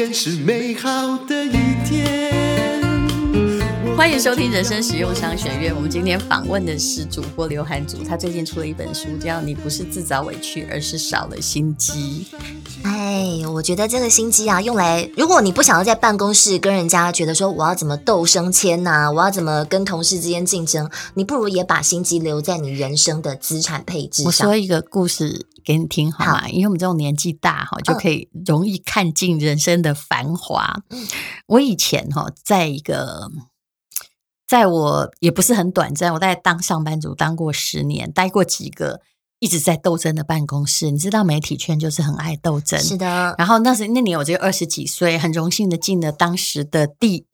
天是美好的一天。 欢迎收听人生实用商学院。我们今天访问的是主播刘涵竹，他最近出了一本书叫《你不是自找委屈，而是少了心机》。 我觉得这个心机啊，用来如果你不想要在办公室跟人家觉得说我要怎么斗升迁啊，我要怎么跟同事之间竞争，你不如也把心机留在你人生的资产配置上。 我说一个故事给你听好吗？因为我们这种年纪大就可以容易看尽人生的繁华。我以前在我也不是很短暂，我大概当上班族当过10年，待过几个一直在斗争的办公室。你知道媒体圈就是很爱斗争， 是的。 然后那年我只有20几岁，很荣幸的进了当时的第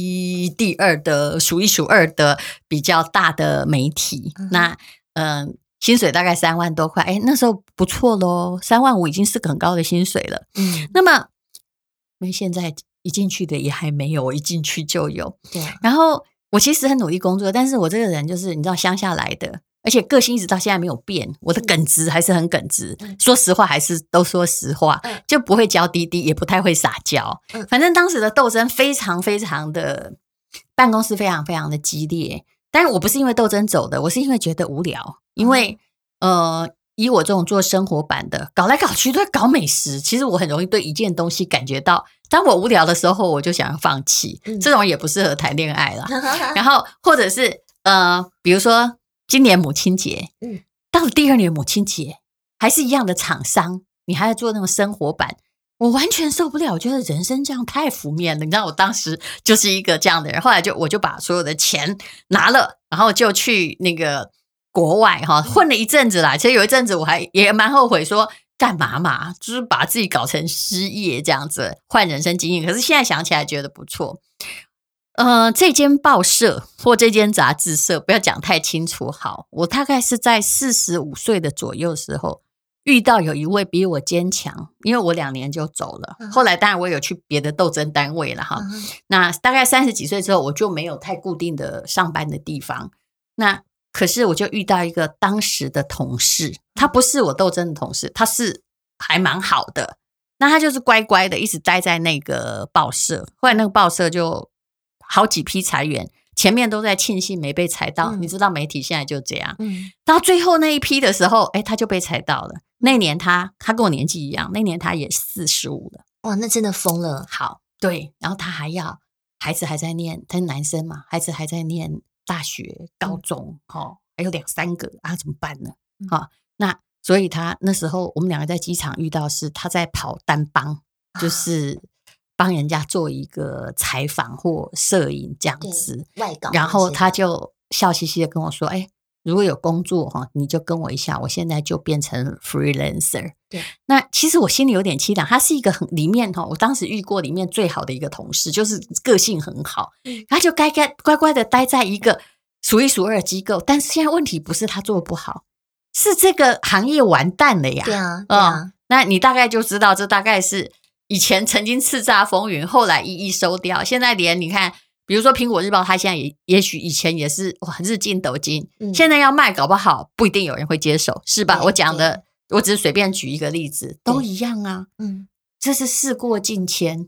1、第2的数一数二的比较大的媒体。那薪水大概3万多块，那时候不错咯，3万5已经是个很高的薪水了。那么现在一进去的也还没有，我一进去就有。 对。 然后我其实很努力工作，但是我这个人就是你知道乡下来的，而且个性一直到现在没有变，我的耿直还是很耿直，说实话还是都说实话，就不会娇滴滴，也不太会撒娇。反正当时的斗争非常非常的，办公室非常非常的激烈。但是我不是因为斗争走的，我是因为觉得无聊。因为以我这种做生活版的，搞来搞去都在搞美食，其实我很容易对一件东西感觉到，当我无聊的时候我就想要放弃。这种也不适合谈恋爱啦。然后或者是比如说今年母亲节，到了第2年母亲节还是一样的厂商，你还要做那种生活版，我完全受不了，我觉得人生这样太负面了。你知道我当时就是一个这样的人，后来我就把所有的钱拿了，然后就去那个国外混了一阵子啦。其实有一阵子我还也蛮后悔说干嘛嘛，就是把自己搞成失业这样子，换人生经验。可是现在想起来觉得不错。这间报社或这间杂志社不要讲太清楚好，我大概是在45岁的左右时候遇到有一位比我坚强，因为我2年就走了。后来当然我有去别的斗争单位了哈。那大概30几岁之后我就没有太固定的上班的地方。那可是我就遇到一个当时的同事，他不是我斗争的同事，他是还蛮好的。那他就是乖乖的一直待在那个报社，后来那个报社就好几批裁员，前面都在庆幸没被裁到。你知道媒体现在就这样。到最后那一批的时候他就被裁到了。那年他跟我年纪一样，那年他也45了。 哇，那真的疯了。 好，对，然后他还要孩子还在念，他是男生嘛，孩子还在念大学高中还有2、3个怎么办呢？那所以他那时候我们2个在机场遇到是他在跑单帮，就是帮人家做一个采访或摄影这样子外稿。 然后他就笑嘻嘻的跟我说如果有工作你就跟我一下，我现在就变成 freelancer。 对。 那其实我心里有点凄凉，他是一个里面我当时遇过里面最好的一个同事，就是个性很好，他就乖乖的待在一个数一数二的机构。但是现在问题不是他做不好，是这个行业完蛋了呀。 对啊。 那你大概就知道，这大概是以前曾经叱咤风云，后来一一收掉。现在连你看比如说苹果日报，它现在也许以前也是日进斗金，现在要卖搞不好不一定有人会接手，是吧？我讲的我只是随便举一个例子，都一样啊。这是事过境迁。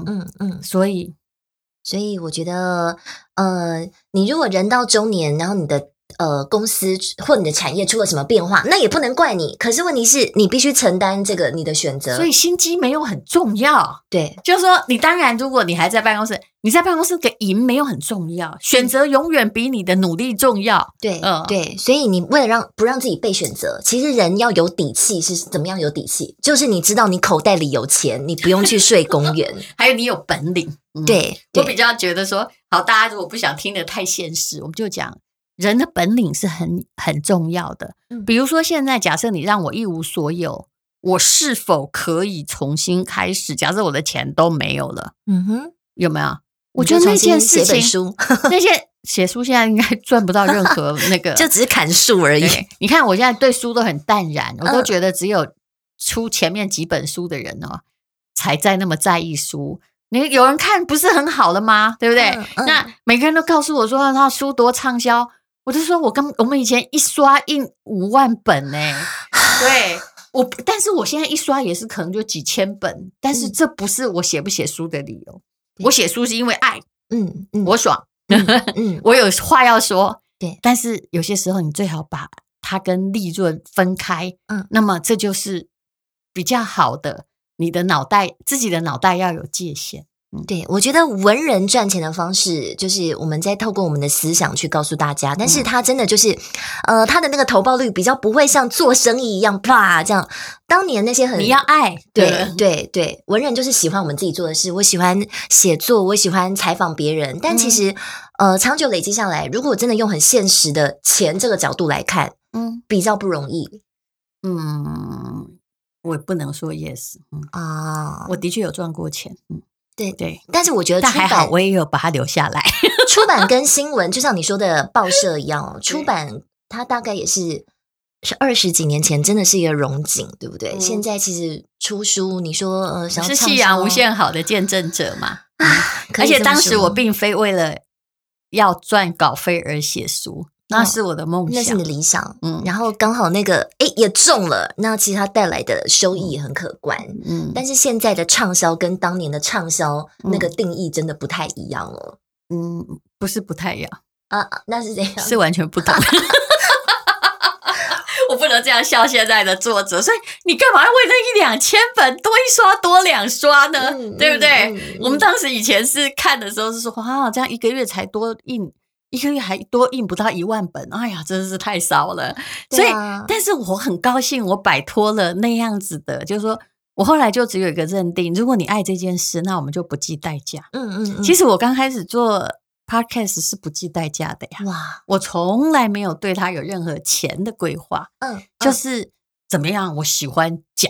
所以我觉得你如果人到中年，然后你的公司或你的产业出了什么变化，那也不能怪你，可是问题是你必须承担这个你的选择。 所以心机没有很重要。 对， 就是说你当然如果你还在办公室，你在办公室给赢没有很重要，选择永远比你的努力重要。 对。对，所以你为了不让自己被选择，其实人要有底气。是怎么样有底气？就是你知道你口袋里有钱，你不用去睡公园还有你有本领。 对， 我比较觉得说好，大家如果不想听得太现实，我们就讲人的本领是很重要的。比如说现在假设你让我一无所有，我是否可以重新开始？假设我的钱都没有了，有没有？我觉得那件事情，那些写书现在应该赚不到任何那个就只是砍树而已。 你看我现在对书都很淡然，我都觉得只有出前面几本书的人才在那么在意书。你有人看不是很好了吗？对不对？那每个人都告诉我说他书多畅销，我就说我们以前一刷印5万本对， 但是我现在一刷也是可能就几千本，但是这不是我写不写书的理由。我写书是因为爱，我爽，我有话要说， 对。 但是有些时候你最好把它跟利润分开，那么这就是比较好的。你的脑袋，自己的脑袋要有界限。 对，我觉得文人赚钱的方式就是我们在透过我们的思想去告诉大家，但是他真的就是他的那个投报率比较不会像做生意一样啪这样。当年那些你要爱， 对，文人就是喜欢我们自己做的事，我喜欢写作，我喜欢采访别人，但其实长久累积下来，如果真的用很现实的钱这个角度来看，比较不容易。 我不能说 yes 我的确有赚过钱，对， 但是我觉得但还好我也有把它留下来。 出版跟新闻就像你说的报社一样，出版它大概也是20几年前真的是一个荣景，对不对？现在其实出书，你说想要是夕阳无限好的见证者嘛？而且当时我并非为了要赚稿费而写书。那是我的梦想， 那是你的理想。然后刚好那个也中了，那其实它带来的收益也很可观。但是现在的畅销跟当年的畅销那个定义真的不太一样了。 不是不太一样那是怎样？ 是完全不同。我不能这样笑现在的作者，所以你干嘛要为了1-2千本多一刷多2刷呢？对不对？我们当时以前是看的时候是说这样1个月才多印。1个月还多印不到1万本，哎呀，真是太少了。所以，但是我很高兴，我摆脱了那样子的，就是说我后来就只有一个认定：如果你爱这件事，那我们就不计代价。其实我刚开始做 podcast 是不计代价的呀。哇，我从来没有对他有任何钱的规划。就是怎么样，我喜欢讲，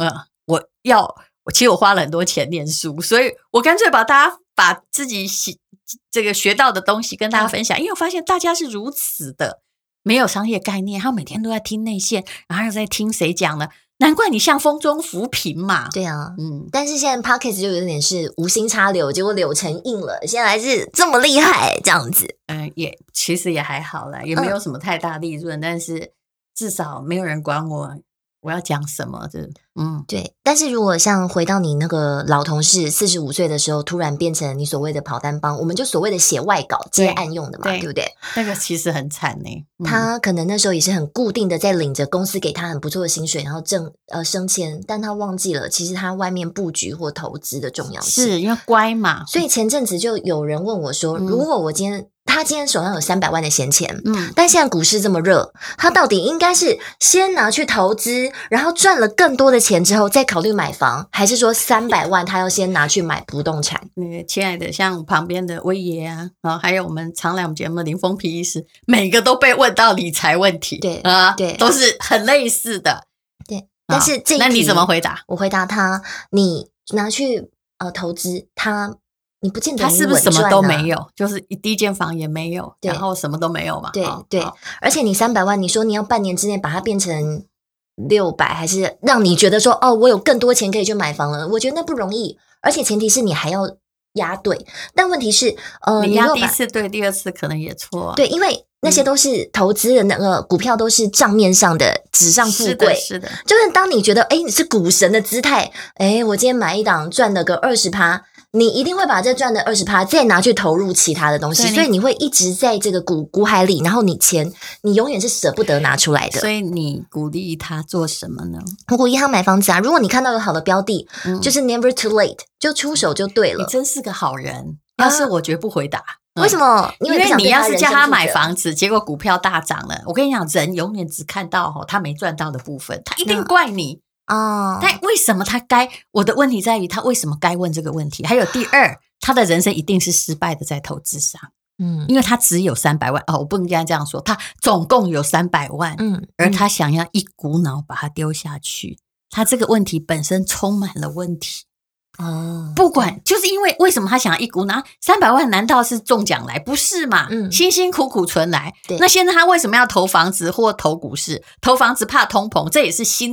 其实我花了很多钱念书，所以我干脆把自己这个学到的东西跟大家分享，因为我发现大家是如此的没有商业概念，他每天都在听内线，然后又在听谁讲呢？难怪你像风中浮萍嘛。 对啊，但是现在 Podcast 就有点是无心插柳，结果柳成荫了，现在还是这么厉害这样子。 其实也还好啦，也没有什么太大利润，但是至少没有人管我要讲什么的。 对。但是如果像回到你那个老同事45岁的时候，突然变成你所谓的跑单帮，我们就所谓的写外稿接案用的嘛，对不对？ 那个其实很惨呢。 他可能那时候也是很固定的在领着公司给他很不错的薪水，然后升迁，但他忘记了其实他外面布局或投资的重要性， 是因为乖嘛。 所以前阵子就有人问我说，如果他今天手上有300万的闲钱，但现在股市这么热，他到底应该是先拿去投资，然后赚了更多的钱之后再考虑买房，还是说300万他要先拿去买不动产？ 亲爱的，像旁边的威爷还有我们常来我们节目的林峰皮医师，每个都被问到理财问题，对，都是很类似的。 对，但是这一题那你怎么回答？ 我回答他，你拿去投资你不见得他是不是什么都没有，就是第一间房也没有，然后什么都没有嘛。 对，而且你300万，你说你要半年之内把它变成600，还是让你觉得说我有更多钱可以去买房了？我觉得那不容易，而且前提是你还要押对。但问题是你押第一次对，第二次可能也错。 对，因为那些都是投资的那个股票，都是账面上的纸上富贵。 是的。 就是当你觉得你是股神的姿态，我今天买一档赚了个20%。你一定会把这赚的20%再拿去投入其他的东西，所以你会一直在这个股海里，然后你永远是舍不得拿出来的。 所以你鼓励他做什么呢？ 我鼓励他买房子啊！如果你看到有好的标的，就是 never too late， 就出手就对了。 你真是个好人。要是我绝不回答。 为什么？ 因为你要是叫他买房子，结果股票大涨了，我跟你讲，人永远只看到他没赚到的部分，他一定怪你。但为什么我的问题在于他为什么该问这个问题？还有第二，他的人生一定是失败的在投资上。因为他只有300万我不应该这样说，他总共有300万，而他想要一股脑把它丢下去，他这个问题本身充满了问题。不管就是因为什么他想要一股脑300万，难道是中奖来？不是嘛？辛辛苦苦存来。那现在他为什么要投房子或投股市？投房子怕通膨，这也是新的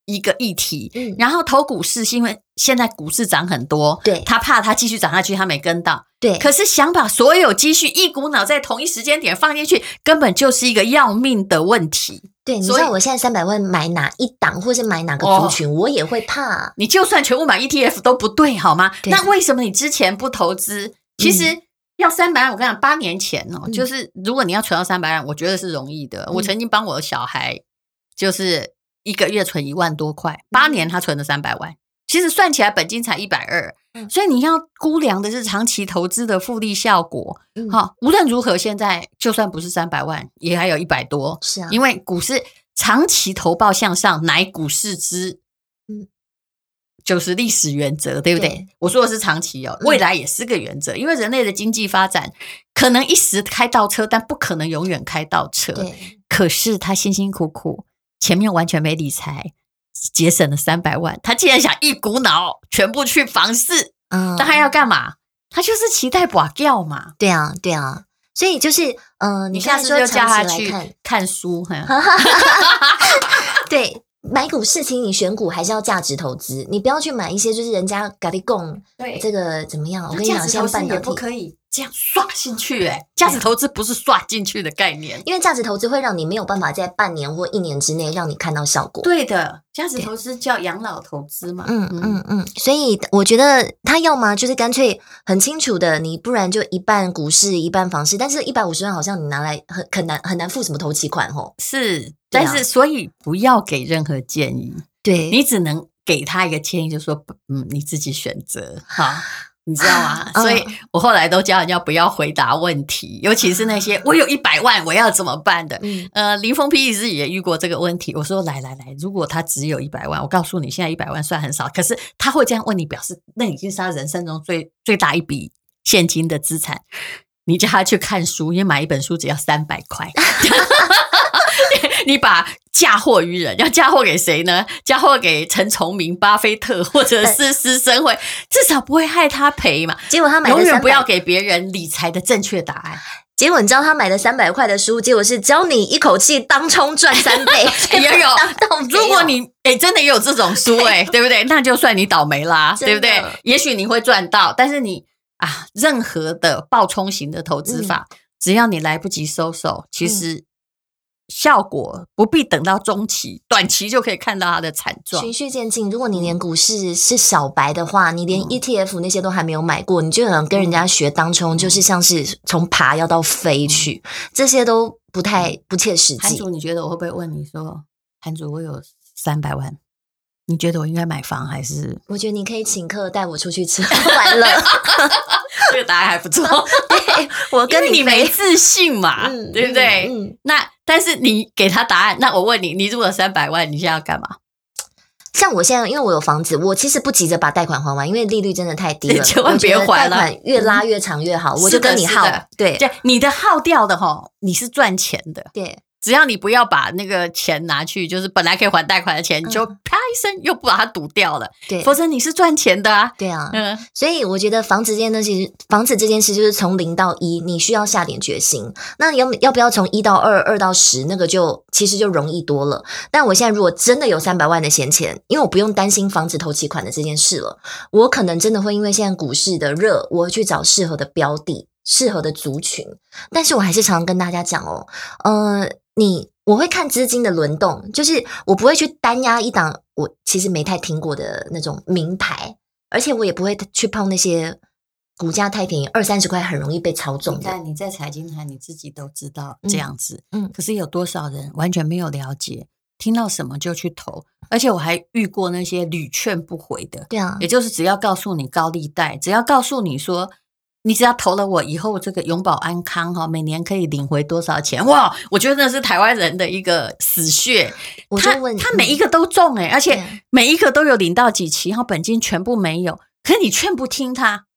一个议题，然后投股市是因为现在股市涨很多， 对， 他怕他继续涨下去，他没跟到， 对。 可是想把所有积蓄一股脑在同一时间点放进去，根本就是一个要命的问题。 对，你知道我现在300万买哪一档，或是买哪个族群，我也会怕。 你就算全部买 ETF 都不对，好吗？那为什么你之前不投资？其实要300万，我跟你讲，8年前就是如果你要存到300万，我觉得是容易的。我曾经帮我的小孩，就是一个月存1万多块，8年他存了300万，其实算起来本金才120，所以你要估量的是长期投资的复利效果。无论如何，现在就算不是300万，也还有100多， 是啊， 因为股市长期投报向上，乃股市之就是历史原则，对不对？我说的是长期未来也是个原则，因为人类的经济发展可能一时开倒车，但不可能永远开倒车。可是他辛辛苦苦前面完全没理财，节省了300万，他竟然想一股脑全部去房市，那他要干嘛？他就是期待拔掉嘛。 对啊，对啊，所以就是你下次就叫他去看书。 对，买股事情你选股还是要价值投资，你不要去买一些就是人家跟你讲这个怎么样。我跟你讲，现在半导体不可以这样刷进去，价值投资不是刷进去的概念， 因为价值投资会让你没有办法在半年或1年之内让你看到效果。 对的，价值投资叫养老投资嘛。 所以我觉得他要么就是干脆很清楚的，你不然就一半股市一半房市，但是150万好像你拿来很难付什么头期款吼。 是，但是所以不要给任何建议， 对， 你只能给他一个建议，就是说你自己选择好。你知道吗？所以我后来都教人家不要回答问题，尤其是那些我有100万我要怎么办的。林峰PD自己也遇过这个问题。我说来，如果他只有100万，我告诉你现在100万算很少，可是他会这样问你，表示那已经是他人生中最大一笔现金的资产。你叫他去看书，因为买一本书只要300块。你把嫁祸于人，要嫁祸给谁呢？嫁祸给陈崇明、巴菲特或者是施生会，至少不会害他赔嘛。 结果他买的永远不要给别人理财的正确答案。 结果你知道他买的300块的书，结果是教你一口气当冲赚3倍。 也有，如果你真的也有这种书对不对？那就算你倒霉啦，对不对？也许你会赚到，但是你任何的暴冲型的投资法，只要你来不及收手，其实效果不必等到中期，短期就可以看到它的惨状， 循序渐进。如果你连股市是小白的话，你连 ETF 那些都还没有买过，你就想跟人家学当冲，就是像是从爬要到飞去，这些都不切实际。 韩主，你觉得我会不会问你说，韩主我有300万，你觉得我应该买房还是？我觉得你可以请客带我出去吃完了。 这个答案还不错。 对，我跟你没自信嘛，对不对？那但是你给他答案，那我问你，你如果有300万，你现在要干嘛？ 像我现在，因为我有房子，我其实不急着把贷款还完，因为利率真的太低了， 千万别还了， 贷款越拉越长越好。我就跟你耗，对， 你的耗掉的你是赚钱的， 对。 只要你不要把那个钱拿去，就是本来可以还贷款的钱，你就啪一声又不把它赌掉了， 对， 否则你是赚钱的啊。 对啊，所以我觉得房子这件事就是从0到1，你需要下点决心。那你要不要从1到2、2到10，那个其实就容易多了。但我现在如果真的有300万的闲钱，因为我不用担心房子头期款的这件事了，我可能真的会因为现在股市的热，我会去找适合的标的、适合的族群。但是我还是常常跟大家讲我会看资金的轮动，就是我不会去单压一档我其实没太听过的那种名牌，而且我也不会去碰那些股价太便宜，20-30块很容易被操纵的。 你在财经台你自己都知道这样子，可是有多少人完全没有了解，听到什么就去投，而且我还遇过那些屡劝不回的。 对啊， 也就是只要告诉你高利贷，只要告诉你说你只要投了我以后这个永保安康每年可以领回多少钱，哇！我觉得那是台湾人的一个死穴。 我就问他每一个都中而且每一个都有领到几期，然后本金全部没有，可是你劝不听他。 对，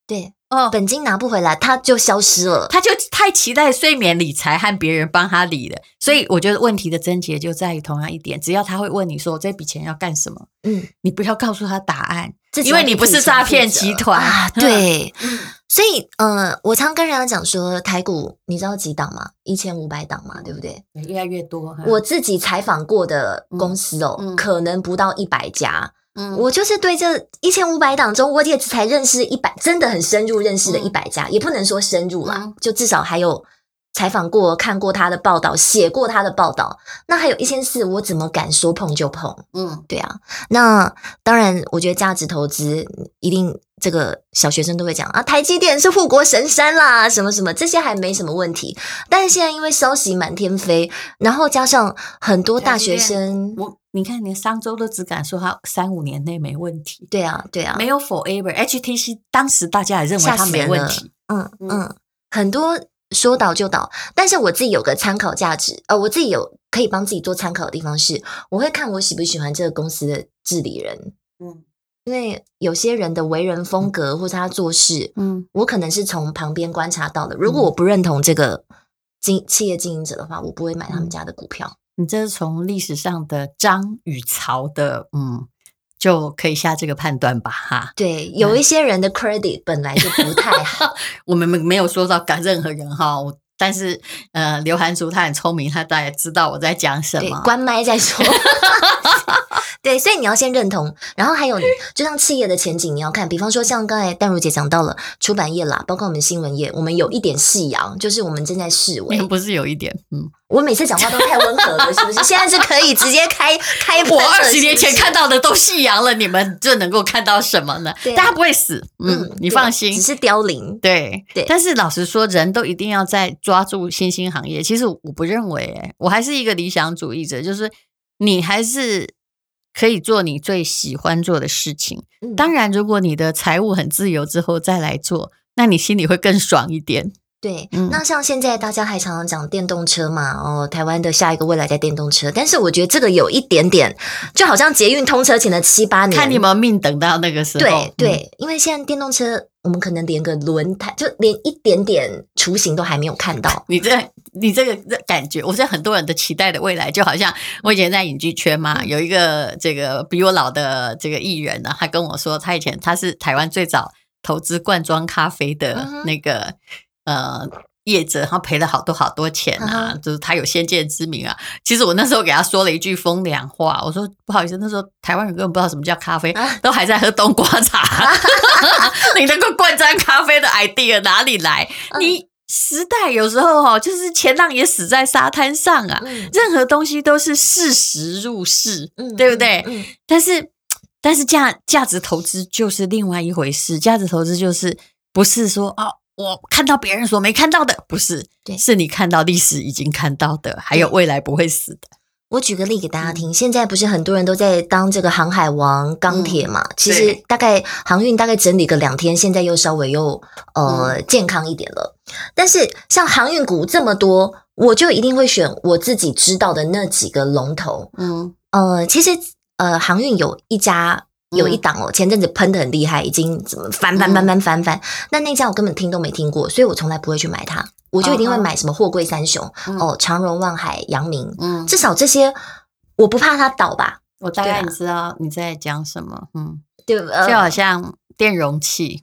本金拿不回来，他就消失了。 他就太期待睡眠理财和别人帮他理了，所以我觉得问题的症结就在于同样一点，只要他会问你说这笔钱要干什么，你不要告诉他答案，因为你不是诈骗集团啊。对，所以我常跟人家讲说，台股你知道几档吗？1500档嘛，对不对？ 越来越多。 我自己采访过的公司可能不到100家。我就是对这1500档中，我也才认识真的很深入认识的100家，也不能说深入啦，就至少还有采访过、看过他的报道、写过他的报道。那还有1400，我怎么敢说碰就碰？对啊。那当然，我觉得价值投资一定这个小学生都会讲啊，台积电是护国神山啦，什么什么这些还没什么问题。但是现在因为消息满天飞，然后加上很多大学生， 你看，连商周都只敢说他3-5年内没问题。 对啊，对啊， 没有 forever。HTC 当时大家也认为他没问题。 很多说倒就倒。但是我自己有个参考价值，我自己有可以帮自己做参考的地方是，我会看我喜不喜欢这个公司的治理人。因为有些人的为人风格或者他做事，我可能是从旁边观察到的。如果我不认同这个企业经营者的话，我不会买他们家的股票。 你这是从历史上的张与曹的就可以下这个判断吧哈。 对，有一些人的 credit 本来就不太好。 我们没有说到任何人哈，但是刘涵竹他很聪明，他大概知道我在讲什么。 对，关麦再说。对，所以你要先认同，然后还有就像企业的前景你要看，比方说像刚才淡如姐讲到了出版业啦，包括我们新闻业，我们有一点夕阳，就是我们正在式微。 不是有一点我每次讲话都太温和了，是不是？现在是可以直接开喷我20年前看到的都夕阳了，你们就能够看到什么呢？大家不会死，你放心， 只是凋零。 对。但是老实说，人都一定要在抓住新兴行业。其实我不认为，我还是一个理想主义者，就是你还是可以做你最喜欢做的事情。当然，如果你的财务很自由之后再来做，那你心里会更爽一点。 对，那像现在大家还常常讲电动车嘛，台湾的下一个未来在电动车，但是我觉得这个有一点点，就好像捷运通车前的7-8年， 看你有没有命等到那个时候。 对，因为现在电动车我们可能连个轮胎，就连一点点雏形都还没有看到。 你这个感觉，我觉得很多人的期待的未来，就好像我以前在影剧圈嘛，有一个这个比我老的这个艺人呢，他跟我说，他是台湾最早投资罐装咖啡的那个业者，他赔了好多钱啊，就是他有先见之明啊。其实我那时候给他说了一句风凉话，我说不好意思，那时候台湾人根本不知道什么叫咖啡，都还在喝冬瓜茶。你那个罐装咖啡的 idea 哪里来？你时代有时候就是前浪也死在沙滩上啊，任何东西都是适时入市，对不对？但是价值投资就是另外一回事。价值投资就是不是说我看到别人所没看到的，不是，是你看到历史已经看到的，还有未来不会死的。 我举个例给大家听，现在不是很多人都在当这个航海王、钢铁嘛？其实大概航运大概整理个2天，现在又稍微又健康一点了。但是像航运股这么多，我就一定会选我自己知道的那几个龙头。其实航运有一档前阵子喷得很厉害，已经怎么翻，但那家我根本听都没听过，所以我从来不会去买它。我就一定会买什么货柜三雄，长荣、万海、阳明，至少这些我不怕它倒吧。 我大概知道你在讲什么， 对， 就好像电容器，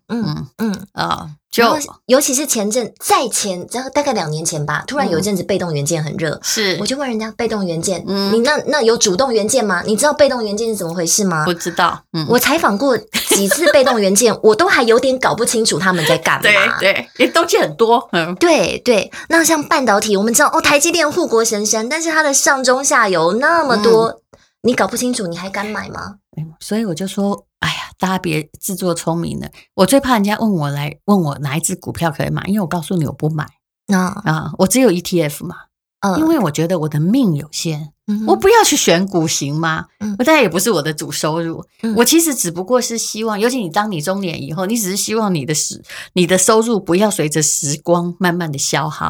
尤其是在前大概2年前吧，突然有一阵子被动元件很热， 是， 我就问人家被动元件，你那有主动元件吗？你知道被动元件是怎么回事吗？ 不知道， 我采访过几次被动元件，我都还有点搞不清楚他们在干嘛。 对，东西很多， 对。那像半导体，我们知道台积电护国神山，但是它的上中下游那么多，你搞不清楚，你还敢买吗？ 所以我就说，哎呀，大家别自作聪明了。我最怕人家问我哪一只股票可以买，因为我告诉你我不买我只有 ETF 嘛，因为我觉得我的命有限，我不要去选股型嘛，我当然也不是我的主收入，我其实只不过是希望，尤其当你中年以后，你只是希望你的收入不要随着时光慢慢的消耗，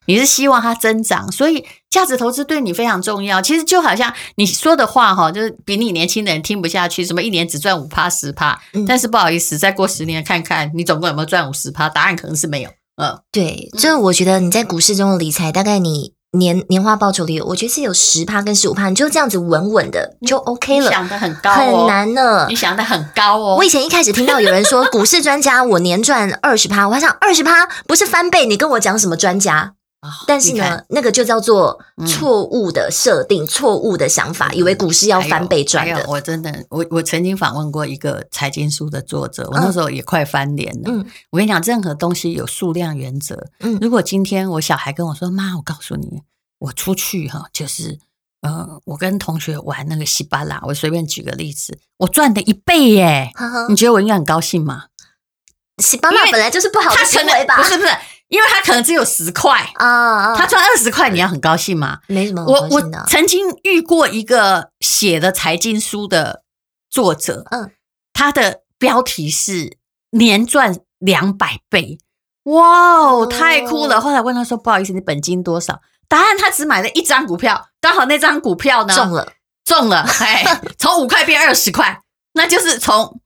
你是希望它增长，所以价值投资对你非常重要。其实就好像你说的话哈，就是比你年轻的人听不下去，什么一年只赚5%、10%，但是不好意思，再过10年看看你总共有没有赚50%，答案可能是没有。 对，这我觉得你在股市中的理财，大概你年化报酬率，我觉得是有10%跟15%，你就这样子稳稳的就 OK 了。 你想的很高很难呢。 你想的很高哦。 我以前一开始听到有人说股市专家，我年赚20%，我还想20%不是翻倍，你跟我讲什么专家？但是呢，那个就叫做错误的设定，错误的想法，以为股市要翻倍赚的。 我真的，我曾经访问过一个财经书的作者，我那时候也快翻脸了。我跟你讲，任何东西有数量原则。如果今天我小孩跟我说：“妈，我告诉你，我出去就是我跟同学玩那个西巴拉，我随便举个例子，我赚的1倍耶！你觉得我应该很高兴吗？” 西巴拉本来就是不好的行为吧？ 不是。因为他可能只有10块啊，他赚20块，你要很高兴吗？ 没什么好高兴的。 我曾经遇过一个写的财经书的作者，他的标题是年赚200倍，哇，太酷了！后来问他说：“不好意思，你本金多少？”答案他只买了1张股票，刚好那张股票呢中了，从5块变20块，那就是从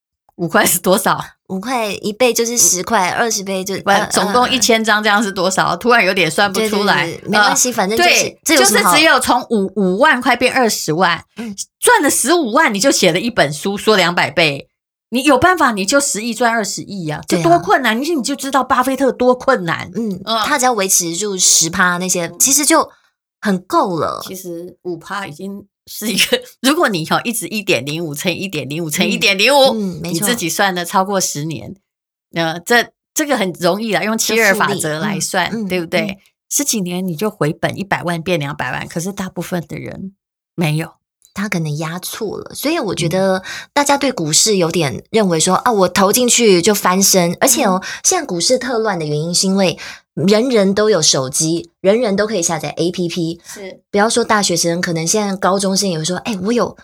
5块是多少 ？5块1倍就是10块，20倍就总共1000张，这样是多少？突然有点算不出来， 对没关系，反正就是就是只有从5万块变20万，赚了15万，你就写了一本书说200倍，你有办法你就10亿赚20亿啊，这多困难！你就知道巴菲特多困难， 他只要维持住10%那些，其实就很够了。 其实5%已经是一个，如果你一直1.05乘以1.05乘以1.05，你自己算的超过10年，这个很容易啦，用72法则来算，对不对？10几年你就回本100万变200万，可是大部分的人没有。 他可能压错了，所以我觉得大家对股市有点认为说我投进去就翻身，而且现在股市特乱的原因是因为人人都有手机，人人都可以下载 APP， 是不要说大学生，可能现在高中生也会说，我有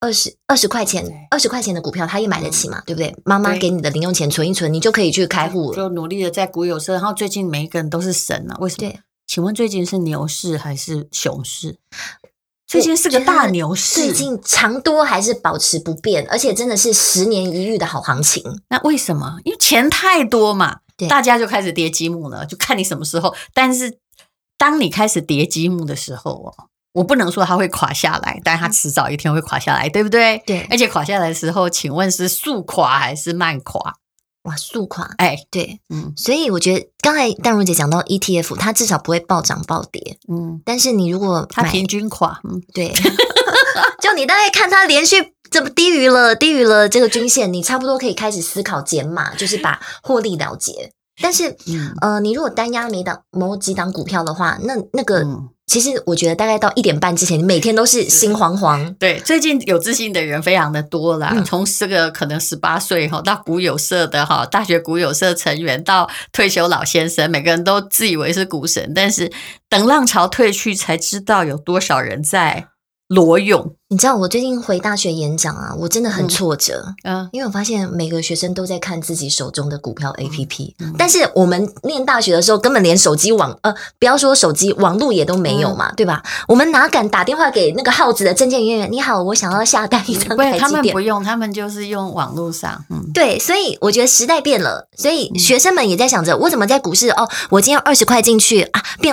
20块钱，20块钱的股票，他也买得起嘛，对不对？妈妈给你的零用钱存一存，你就可以去开户了， 就努力的在股有社，然后最近每一个人都是神啊，为什么？对，请问最近是牛市还是熊市？最近是个大牛市， 最近长多还是保持不变，而且真的是10年一遇的好行情。 那为什么？因为钱太多嘛，大家就开始叠积木了，就看你什么时候。但是当你开始叠积木的时候我不能说它会垮下来，但它迟早一天会垮下来，对不对？ 对。 而且垮下来的时候，请问是速垮还是慢垮？ 哇，速垮！对，所以我觉得刚才淡如姐讲到 ETF， 它至少不会暴涨暴跌，但是你如果它平均垮， 对，就你大概看它连续怎么低于了这个均线，你差不多可以开始思考减码，就是把获利了结。但是你如果单压某几档股票的话，那个其实我觉得大概到1点半之前，你每天都是心惶惶。 对，最近有自信的人非常的多啦，从这个可能18岁到股友社的大学股友社成员，到退休老先生，每个人都自以为是股神，但是等浪潮退去，才知道有多少人在裸泳。 你知道我最近回大学演讲啊，我真的很挫折，因为我发现每个学生都在看自己手中的股票 APP，但是我们念大学的时候根本连手机不要说手机，网络也都没有嘛，对吧？我们哪敢打电话给那个号子的证券营业员，你好，我想要下单一张台积电。 他们不用，他们就是用网络上。 对，所以我觉得时代变了，所以学生们也在想着，我怎么在股市我今天20块进去啊，变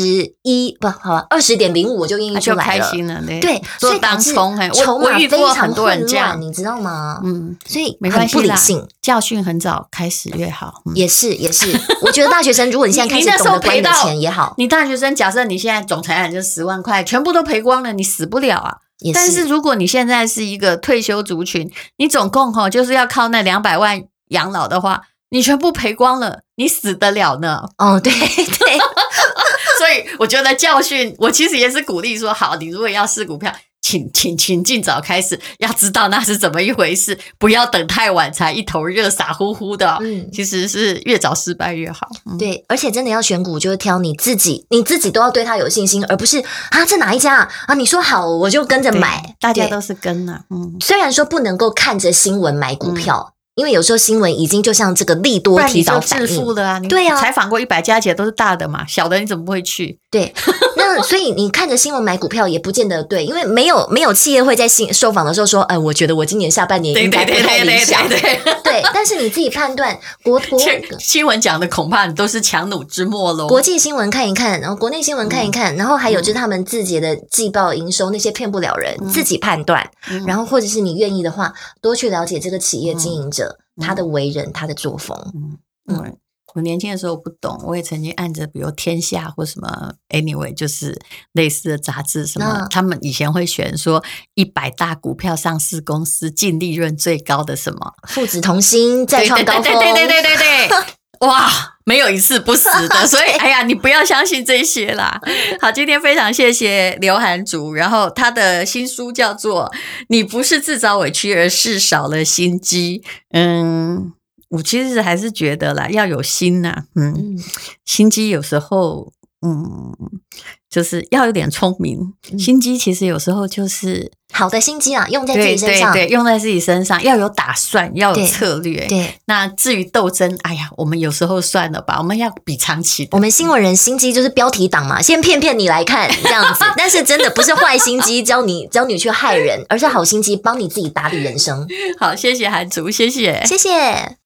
20.05我就愿意出来了， 就开心了， 对，所以导致筹码非常混乱，你知道吗？所以很不理性， 教训很早开始越好。 也是，我觉得大学生如果你现在开始懂得管理的钱也好， 你大学生假设你现在总财产就10万块，全部都赔光了，你死不了啊。但是如果你现在是一个退休族群，你总共就是要靠那200万养老的话，你全部赔光了，你死得了呢？ 对。 所以我觉得教训，我其实也是鼓励说，好，你如果要试股票，请尽早开始，要知道那是怎么一回事，不要等太晚才一头热傻乎乎的。其实是越早失败越好。 对，而且真的要选股，就是挑你自己都要对它有信心，而不是这哪一家你说好我就跟着买， 大家都是跟虽然说不能够看着新闻买股票。 因为有时候新闻已经就像这个利多提早反不然你就致富应。 了啊！ 对啊采访过100家企业都是大的嘛，小的你怎么不会去？ 对，那所以你看着新闻买股票也不见得对，因为没有企业会在受访的时候说，我觉得我今年下半年应该不太理想。对，但是你自己判断新闻讲的恐怕你都是强弩之末喽。 国际新闻看一看，然后国内新闻看一看，然后还有就是他们自己的季报营收那些骗不了人，自己判断。然后或者是你愿意的话，多去了解这个企业经营者他的为人，他的作风。 我年轻的时候不懂，我也曾经按着比如天下或什么 anyway 就是类似的杂志什么，他们以前会选说100大股票上市公司净利润最高的什么父子同心再创高峰， 对哇，没有一次不死的，所以哎呀，你不要相信这些啦。好，今天非常谢谢刘涵竹，然后他的新书叫做《你不是自找委屈，而是少了心机》。我其实还是觉得啦，要有心呐，心机有时候，就是要有点聪明。心机其实有时候就是好的心机啊，用在自己身上， 对，用在自己身上，要有打算，要有策略。 对， 那至于斗争，哎呀，我们有时候算了吧，我们要比长期的。 我们新闻人心机就是标题党嘛，先骗你来看这样子，但是真的不是坏心机教你去害人，而是好心机帮你自己打理人生。 好，谢谢涵竹，谢谢。